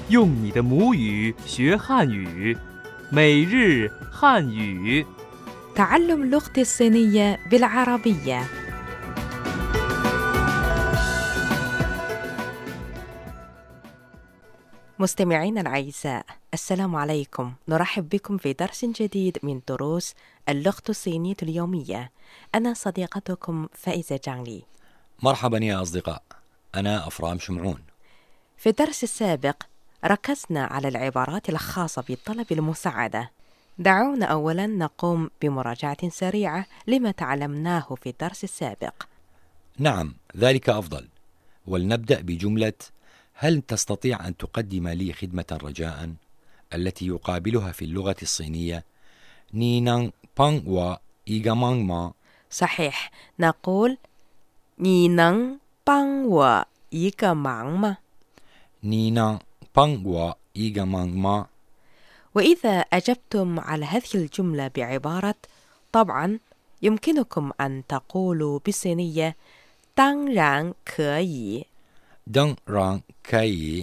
用你的母语学汉语，每日汉语。 تعلم اللغة الصينية بالعربية. مستمعينا الأعزاء، السلام عليكم. نرحب بكم في درس جديد من دروس اللغة الصينية اليومية. أنا صديقتكم فائزة جانلي. مرحبا يا أصدقاء، أنا أفرام شمعون. في الدرس السابق ركزنا على العبارات الخاصة بطلب المساعدة. دعونا أولا نقوم بمراجعة سريعة لما تعلمناه في الدرس السابق. نعم، ذلك أفضل. ولنبدأ بجملة هل تستطيع أن تقدم لي خدمة رجاء؟ التي يقابلها في اللغة الصينية نينان بانغ و إيغامانغ ما. صحيح، نقول نينان بانغ و إيغامانغ ما. نينان بانغ و إيغامانغ ما. وإذا أجبتم على هذه الجملة بعبارة طبعا، يمكنكم أن تقولوا بالصينية 当然可以. 当然可以.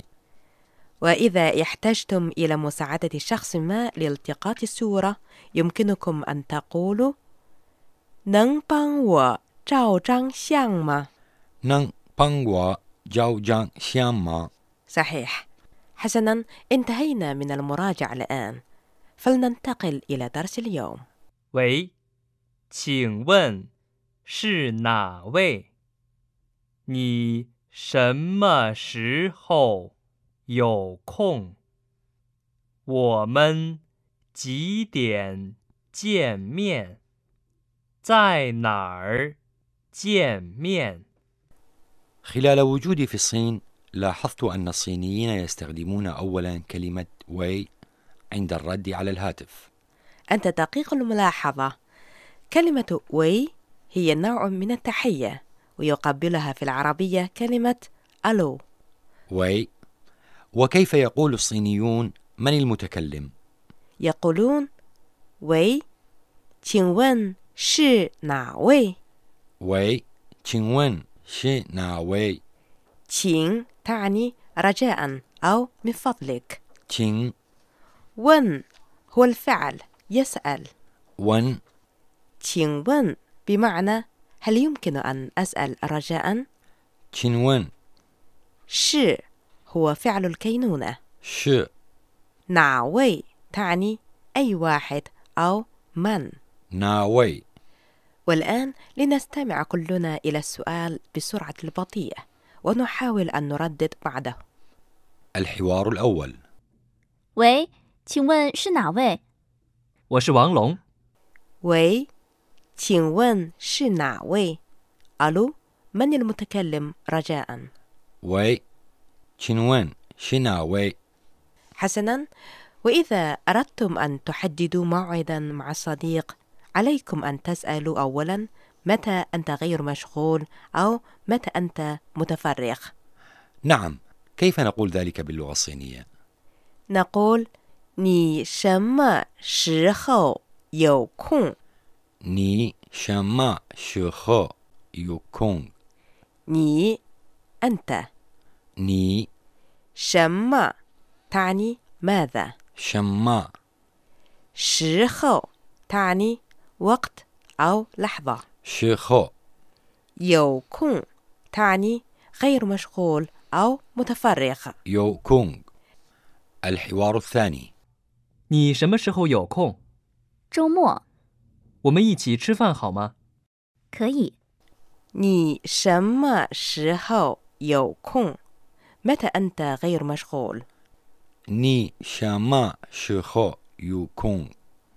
وإذا احتجتم إلى مساعدة شخص ما لالتقاط الصورة، يمكنكم أن تقولوا 能帮我照张相吗？ 能帮我照张相吗？ صحيح. حسنا، انتهينا من المراجعة الآن، فلننتقل إلى درس اليوم. 喂，请问是哪位？你什么时候有空？我们几点见面？在哪儿见面？ خلال وجودي في الصين لاحظت أن الصينيين يستخدمون أولا كلمة وي عند الرد على الهاتف. أنت دقيق الملاحظة. كلمة وي هي نوع من التحية، ويقابلها في العربية كلمة ألو. وي. وكيف يقول الصينيون من المتكلم؟ يقولون وي 请问是哪位 وي 请问是哪位请 تعني رجاء أو من فضلك. 请 ون هو الفعل يسأل. 问请问 بمعنى هل يمكن أن أسأل رجاء؟ 请问 شي هو فعل الكينونة. 是哪位 تعني أي واحد أو من. 哪位 والآن لنستمع كلنا إلى السؤال بسرعة البطيئة ونحاول أن نردد بعده. الحوار الأول. 喂，请问是哪位？ 我是王龙。 喂，请问是哪位？ألو، من المتكلم رجاء؟ وي 请问是哪位 حسنا، وإذا أردتم أن تحددوا موعدا مع الصديق، عليكم أن تسألوا أولا متى أنت غير مشغول أو متى أنت متفرغ. نعم، كيف نقول ذلك باللغة الصينية؟ نقول 你什么时候有空你什么时候有空你 أنت 你什么 تعني ماذا 什么时候 تعني وقت أو لحظة 时候有空 تعني غير مشغول أو متفرغ 有空 الحوار الثاني. 你什么时候有空？ 周末我们一起吃饭好吗？ 可以。 你什么时候有空 متى أنت غير مشغول؟ 你什么时候有空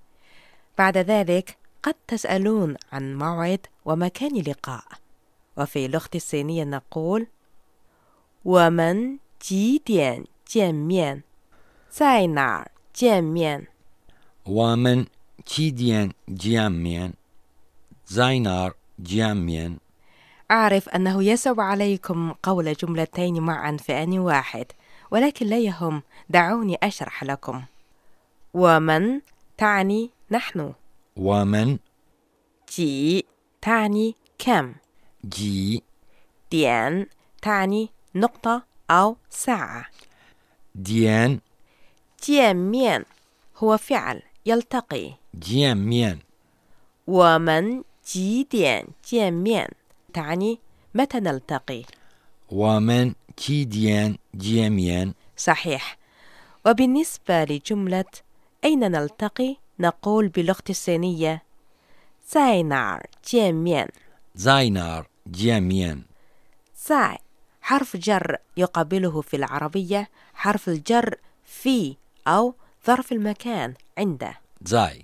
بعد ذلك قد تسألون عن موعد ومكان لقاء، وفي اللغة الصينية نقول 我们几点见面？在哪儿见面？ 我们几点见面？在哪儿见面 أعرف أنه يصعب عليكم قول جملتين معا في آن واحد، ولكن لا يهم، دعوني أشرح لكم. 我们 تعني نحن. 我们几 تعني كم. 几点 تعني نقطة أو ساعة. ديان 见面 هو فعل يلتقي. 见面我们几点见面 تعني متى نلتقي. 我们几点见面 صحيح. وبالنسبة لجملة أين نلتقي نقول باللغة الصينية 在哪儿见面。 在哪儿见面在حرف جر يقابله في العربية حرف الجر في أو ظرف المكان عند. 在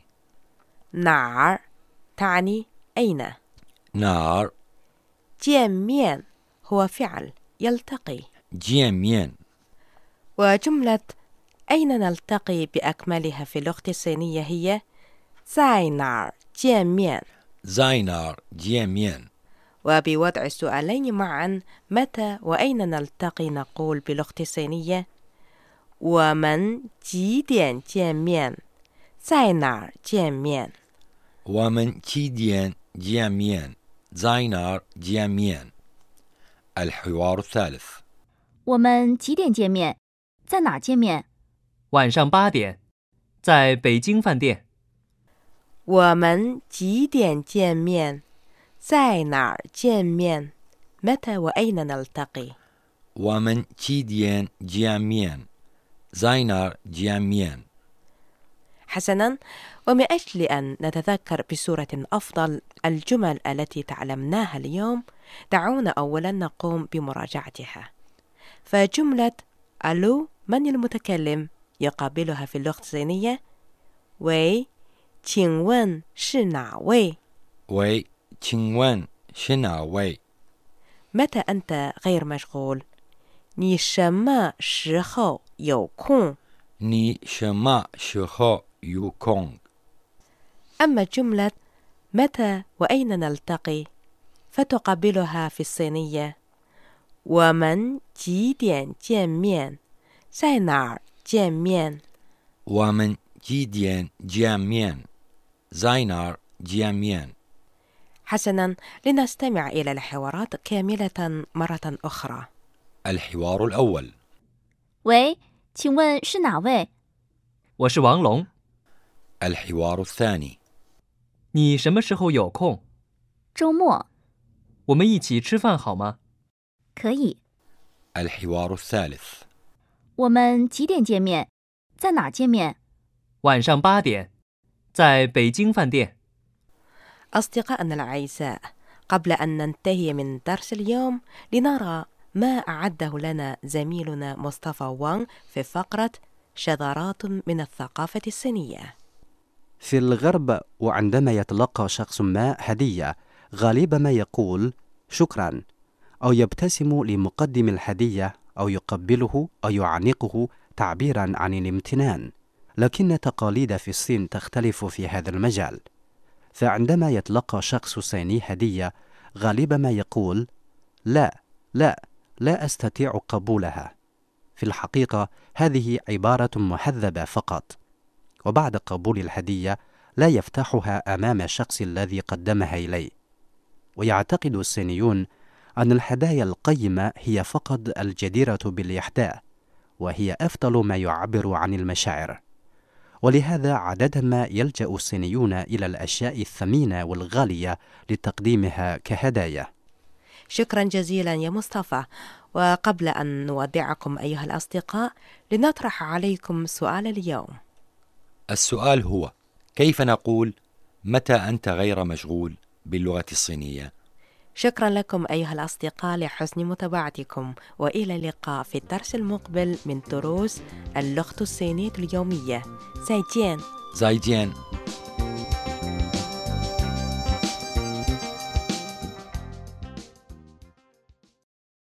نار تعني أين. 哪儿见面 هو فعل يلتقي. 见面 وجملة أين نلتقي بأكملها في اللغة الصينية هي 在哪儿见面。 在哪儿见面 وبوضع السؤالين معا متى وأين نلتقي نقول باللغة الصينية 我们几点见面在哪儿见面。 我们几点见面在哪儿见面 الحوار الثالث 我们几点见面？在哪儿见面？ 晚上8点，在北京饭店。 我们几点见面在哪儿见面。متى وأين نلتقي。 我们几点见面在哪儿见面 حسناً. ومن أجل أن نتذكر بصورة أفضل الجمل التي تعلمناها اليوم دعونا أولاً نقوم بمراجعتها. فجملة ألو من المتكلم يقابلها في اللغة الصينية 喂请问是哪位。 喂请问是哪位 متى أنت غير مشغول 你什么时候有空。 你什么时候有空 أما جملة متى وأين نلتقي فتقابلها في الصينية 我们几点见面在哪儿见面。 我们几点见面在哪儿见面 حسناً. لنستمع إلى الحوارات كاملة مرة أخرى. الحوار الأول 喂，请问是哪位？ 我是王龙， الحوار الثاني 你什么时候有空？ 周末我们一起吃饭好吗？ 可以。 الحوار الثالث 我们几点见面？在哪儿见面？ 晚上8点，在北京饭店。 أصدقائنا الأعزاء، قبل أن ننتهي من درس اليوم لنرى ما أعده لنا زميلنا مصطفى وانغ في فقرة شذرات من الثقافة الصينية. في الغرب وعندما يتلقى شخص ما هدية غالبا ما يقول شكرا أو يبتسم لمقدم الهدية أو يقبله أو يعانقه تعبيرا عن الامتنان. لكن التقاليد في الصين تختلف في هذا المجال، فعندما يتلقى شخص صيني هدية غالبا ما يقول لا أستطيع قبولها. في الحقيقة هذه عبارة مهذبة فقط، وبعد قبول الهدية لا يفتحها أمام الشخص الذي قدمها إليه. ويعتقد الصينيون أن الهدايا القيمة هي فقط الجديرة بالإحداء، وهي أفضل ما يعبر عن المشاعر. ولهذا عادة ما يلجأ الصينيون إلى الأشياء الثمينة والغالية لتقديمها كهدايا. شكرا جزيلا يا مصطفى. وقبل أن نودعكم أيها الأصدقاء لنطرح عليكم سؤال اليوم. السؤال هو: كيف نقول متى أنت غير مشغول باللغة الصينية؟ شكرا لكم أيها الأصدقاء لحسن متابعتكم، وإلى اللقاء في الدرس المقبل من دروس اللغة الصينية اليومية. 再见. 再见